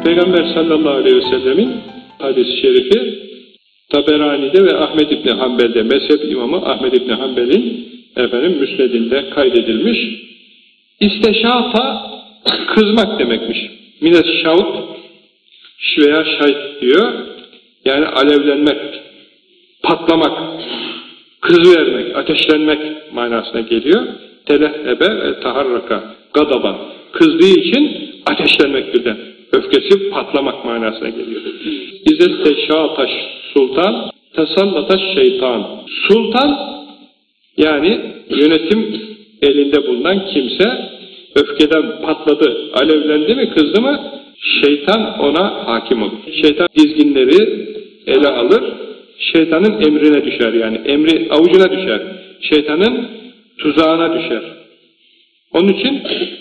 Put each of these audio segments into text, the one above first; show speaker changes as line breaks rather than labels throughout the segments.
Peygamber sallallahu aleyhi ve sellemin hadis-i şerifi Taberani'de ve Ahmed İbni Hanbel'de, mezhep imamı Ahmed İbni Hanbel'in müsnedinde kaydedilmiş. İsteşafa kızmak demekmiş. Mineşşavt veya şayt diyor. Yani alevlenmek, patlamak, kızıvermek, ateşlenmek manasına geliyor. Telehebe ve taharraka, gadaban. Kızdığı için ateşlenmek birden. Öfkesi patlamak manasına geliyor. İzesteşataş sultan, tesallataş şeytan. Sultan, yani yönetim elinde bulunan kimse öfkeden patladı, alevlendi mi, kızdı mı, şeytan ona hakim olur. Şeytan dizginleri ele alır, şeytanın emrine düşer, yani emri avucuna düşer. Şeytanın tuzağına düşer. Onun için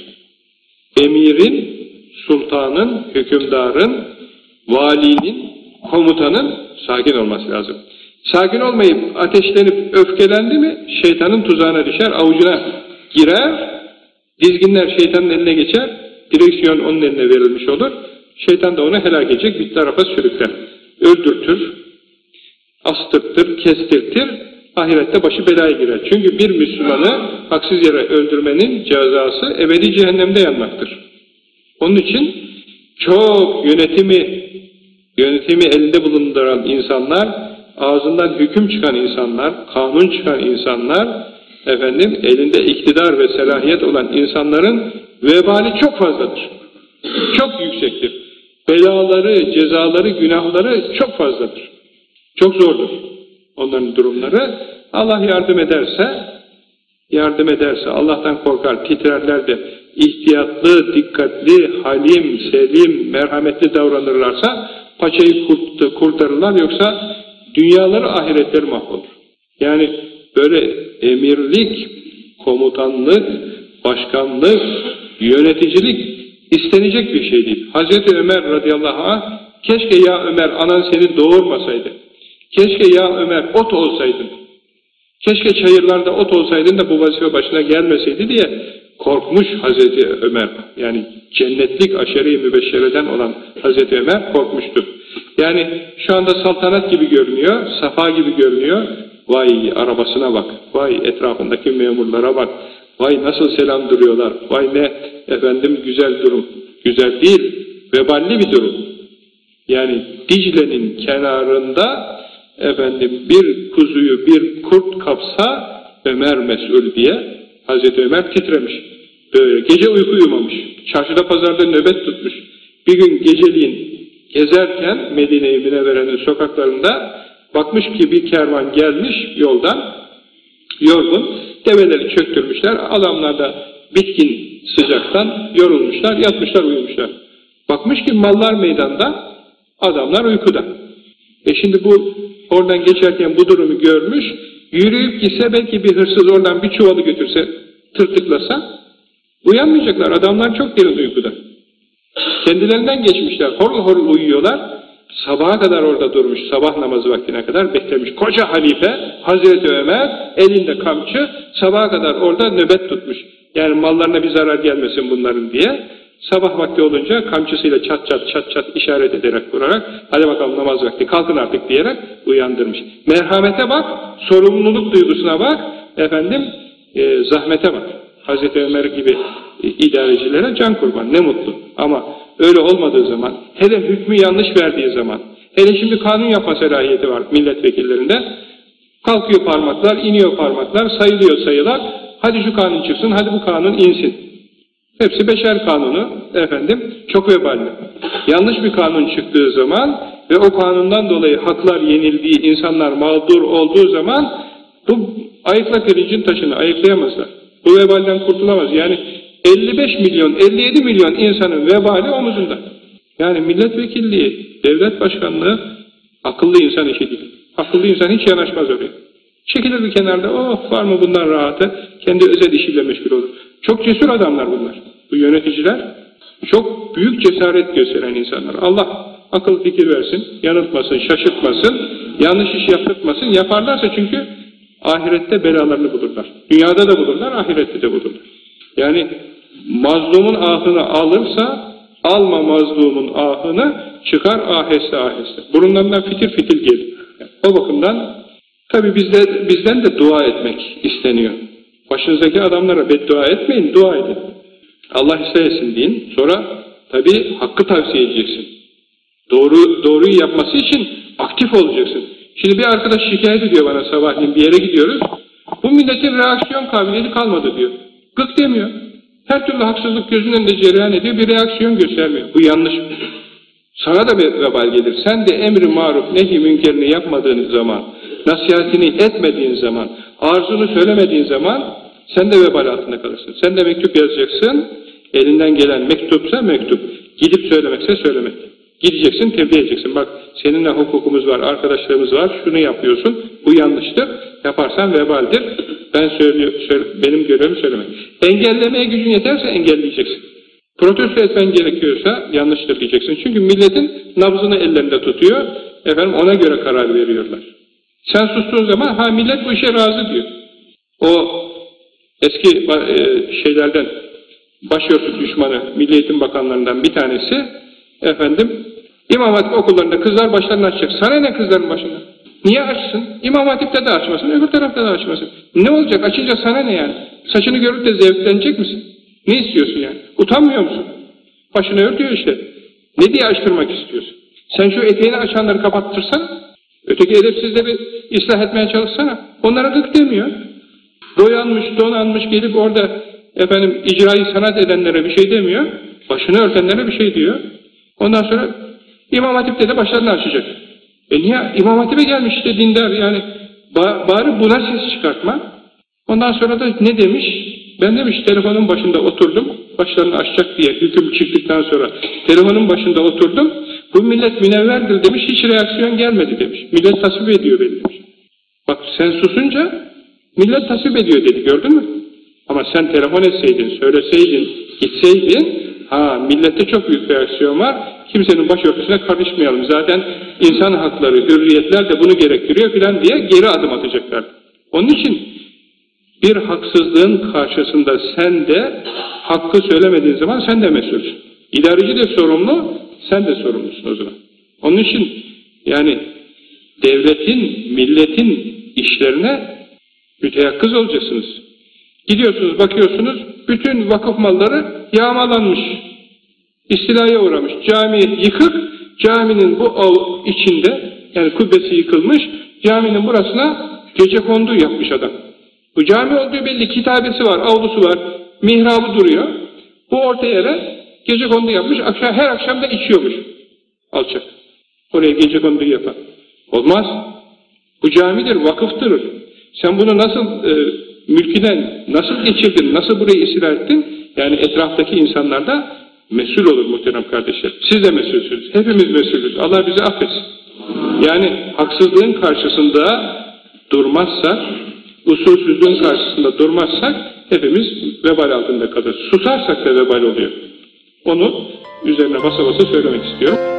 emirin, sultanın, hükümdarın, valinin, komutanın sakin olması lazım. Sakin olmayıp ateşlenip öfkelendi mi şeytanın tuzağına düşer, avucuna girer, dizginler şeytanın eline geçer, direksiyon onun eline verilmiş olur. Şeytan da onu helak edecek, bir tarafa sürükler. Öldürtür, astırtır, kestirtir, ahirette başı belaya girer. Çünkü bir Müslümanı haksız yere öldürmenin cezası ebedi cehennemde yanmaktır. Onun için çok yönetimi elinde bulunduran insanlar, ağzından hüküm çıkan insanlar, kanun çıkan insanlar, elinde iktidar ve selahiyet olan insanların vebali çok fazladır. Çok yüksektir. Belaları, cezaları, günahları çok fazladır. Çok zordur onların durumları. Allah yardım ederse, Allah'tan korkar, titrerler de ihtiyatlı, dikkatli, halim, selim, merhametli davranırlarsa paçayı kurtarırlar, yoksa dünyaları, ahiretleri mahvolur. Yani böyle emirlik, komutanlık, başkanlık, yöneticilik istenecek bir şey değil. Hazreti Ömer radıyallahu anh, keşke ya Ömer anan seni doğurmasaydı, keşke ya Ömer ot olsaydın, keşke çayırlarda ot olsaydın da bu vazife başına gelmeseydi diye korkmuş Hazreti Ömer. Yani cennetlik aşere-i mübeşşereden olan Hazreti Ömer korkmuştur. Yani şu anda saltanat gibi görünüyor, safa gibi görünüyor. Vay arabasına bak, vay etrafındaki memurlara bak, vay nasıl selam duruyorlar, vay ne güzel durum. Güzel değil, veballi bir durum. Yani Dicle'nin kenarında bir kuzuyu bir kurt kapsa Ömer mesul diye Hazreti Ömer titremiş. Böyle gece uyku uyumamış. Çarşıda pazarda nöbet tutmuş. Bir gün geceliğin gezerken Medine-i Münevvere'nin sokaklarında bakmış ki bir kervan gelmiş yoldan, yorgun, develeri çöktürmüşler. Adamlar da bitkin sıcaktan yorulmuşlar, yatmışlar, uyumuşlar. Bakmış ki mallar meydanda, adamlar uykuda. Şimdi bu oradan geçerken bu durumu görmüş, yürüyüp gitse belki bir hırsız oradan bir çuvalı götürse, tırtıklasa, uyanmayacaklar. Adamlar çok derin uykuda. Kendilerinden geçmişler, horul horul uyuyorlar. Sabaha kadar orada durmuş, sabah namazı vaktine kadar beklemiş. Koca halife Hazreti Ömer elinde kamçı sabaha kadar orada nöbet tutmuş. Yani mallarına bir zarar gelmesin bunların diye. Sabah vakti olunca kamçısıyla çat çat işaret ederek vurarak hadi bakalım namaz vakti kalkın artık diyerek uyandırmış. Merhamete bak, sorumluluk duygusuna bak, zahmete bak. Hazreti Ömer gibi idarecilere can kurban, ne mutlu. Ama öyle olmadığı zaman, hele hükmü yanlış verdiği zaman, hele şimdi kanun yapma selahiyeti var milletvekillerinde, kalkıyor parmaklar, iniyor parmaklar, sayılıyor sayılar, hadi şu kanun çıksın, hadi bu kanun insin. Hepsi beşer kanunu, çok veballi. Yanlış bir kanun çıktığı zaman ve o kanundan dolayı haklar yenildiği, insanlar mağdur olduğu zaman bu ayıkla pirincin taşını ayıklayamazlar. Bu vebalden kurtulamaz. Yani 55 milyon, 57 milyon insanın vebali omuzunda. Yani milletvekilliği, devlet başkanlığı akıllı insan işi değil. Akıllı insan hiç yanaşmaz oraya. Çekilir bir kenarda, var mı bundan rahatı, kendi özel işiyle meşgul olur. Çok cesur adamlar bunlar. Bu yöneticiler çok büyük cesaret gösteren insanlar. Allah akıl fikir versin, yanıltmasın, şaşırtmasın, yanlış iş yaptırtmasın. Yaparlarsa çünkü ahirette belalarını bulurlar. Dünyada da bulurlar, ahirette de bulurlar. Yani mazlumun ahını alırsa Alma mazlumun ahını, çıkar aheste aheste. Burunlarından fitil fitil gelir. Yani o bakımdan tabi bizden de dua etmek isteniyor. Başınızdaki adamlara beddua etmeyin, dua edin. Allah ıslah etsin deyin. Sonra tabi hakkı tavsiye edeceksin. Doğruyu yapması için aktif olacaksın. Şimdi bir arkadaş şikayet ediyor bana sabahleyin, bir yere gidiyoruz. Bu milletin reaksiyon kabiliyeti kalmadı diyor. Gık demiyor. Her türlü haksızlık gözünün önünde cereyan ediyor, bir reaksiyon göstermiyor. Bu yanlış. Sana da bir vebal gelir. Sen de emri maruf, nehi münkerini yapmadığın zaman, nasihatini etmediğin zaman, arzunu söylemediğin zaman sen de vebal altında kalırsın. Sen de mektup yazacaksın. Elinden gelen mektupsa mektup. Gidip söylemekse söylemek. Gideceksin, tebliğ edeceksin. Bak seninle hukukumuz var, arkadaşlarımız var, şunu yapıyorsun, bu yanlıştır. Yaparsan vebaldir. Benim görevim söylemek. Engellemeye gücün yeterse engelleyeceksin. Protesto etmen gerekiyorsa yanlıştır diyeceksin. Çünkü milletin nabzını ellerinde tutuyor. Efendim ona göre karar veriyorlar. Sen sustuğun zaman millet bu işe razı diyor. O eski şeylerden başörtü düşmanı Milli Eğitim Bakanlarından bir tanesi İmam Hatip okullarında kızlar başlarını açacak. Sana ne kızların başında? Niye açsın? İmam Hatip'te de açmasın, öbür tarafta da açmasın. Ne olacak? Açınca sana ne yani? Saçını görüp de zevklenecek misin? Ne istiyorsun yani? Utanmıyor musun? Başını örtüyor işte. Ne diye açtırmak istiyorsun? Sen şu eteğini açanları kapattırsana. Öteki edepsizleri ıslah etmeye çalışsana. Onlara gık demiyor. Doyanmış, donanmış gelip orada icrayı sanat edenlere bir şey demiyor. Başını örtenlere bir şey diyor. Ondan sonra İmam Hatip'te de başlarını açacak. Niye? İmam Hatip'e gelmiş işte dindar yani. Bari buna ses çıkartma. Ondan sonra da ne demiş? Ben demiş telefonun başında oturdum. Başlarını açacak diye hüküm çıktıktan sonra telefonun başında oturdum. Bu millet münevverdir demiş. Hiç reaksiyon gelmedi demiş. Millet tasvip ediyor beni demiş. Bak sen susunca millet tasvip ediyor dedi, gördün mü? Ama sen telefon etseydin, söyleseydin, gitseydin, millette çok büyük reaksiyon var. Kimsenin başörtüsüne karışmayalım. Zaten insan hakları, hürriyetler de bunu gerektiriyor filan diye geri adım atacaklar. Onun için bir haksızlığın karşısında sen de hakkı söylemediğin zaman sen de mesulsün. İdareci de sorumlu, sen de sorumlusun o zaman. Onun için yani devletin, milletin işlerine müteyakkız olacaksınız. Gidiyorsunuz, bakıyorsunuz, bütün vakıf malları yağmalanmış, istilaya uğramış. Cami yıkık, caminin bu içinde, yani kubbesi yıkılmış, caminin burasına gecekondu yapmış adam. Bu cami olduğu belli, kitabesi var, avlusu var, mihrabı duruyor. Bu orta yere gecekondu yapmış, her akşam da içiyormuş. Alçak. Oraya gecekondu yapan. Olmaz. Bu camidir, vakıftır. Sen bunu nasıl mülküden nasıl geçirdin, nasıl burayı istila ettin? Yani etraftaki insanlar da mesul olur muhterem kardeşler. Siz de mesulsünüz. Hepimiz mesulüz. Allah bizi affetsin. Yani haksızlığın karşısında durmazsak, usulsüzlüğün karşısında durmazsak hepimiz vebal altında kalırız. Susarsak da vebal oluyor. Onu üzerine basa basa söylemek istiyorum.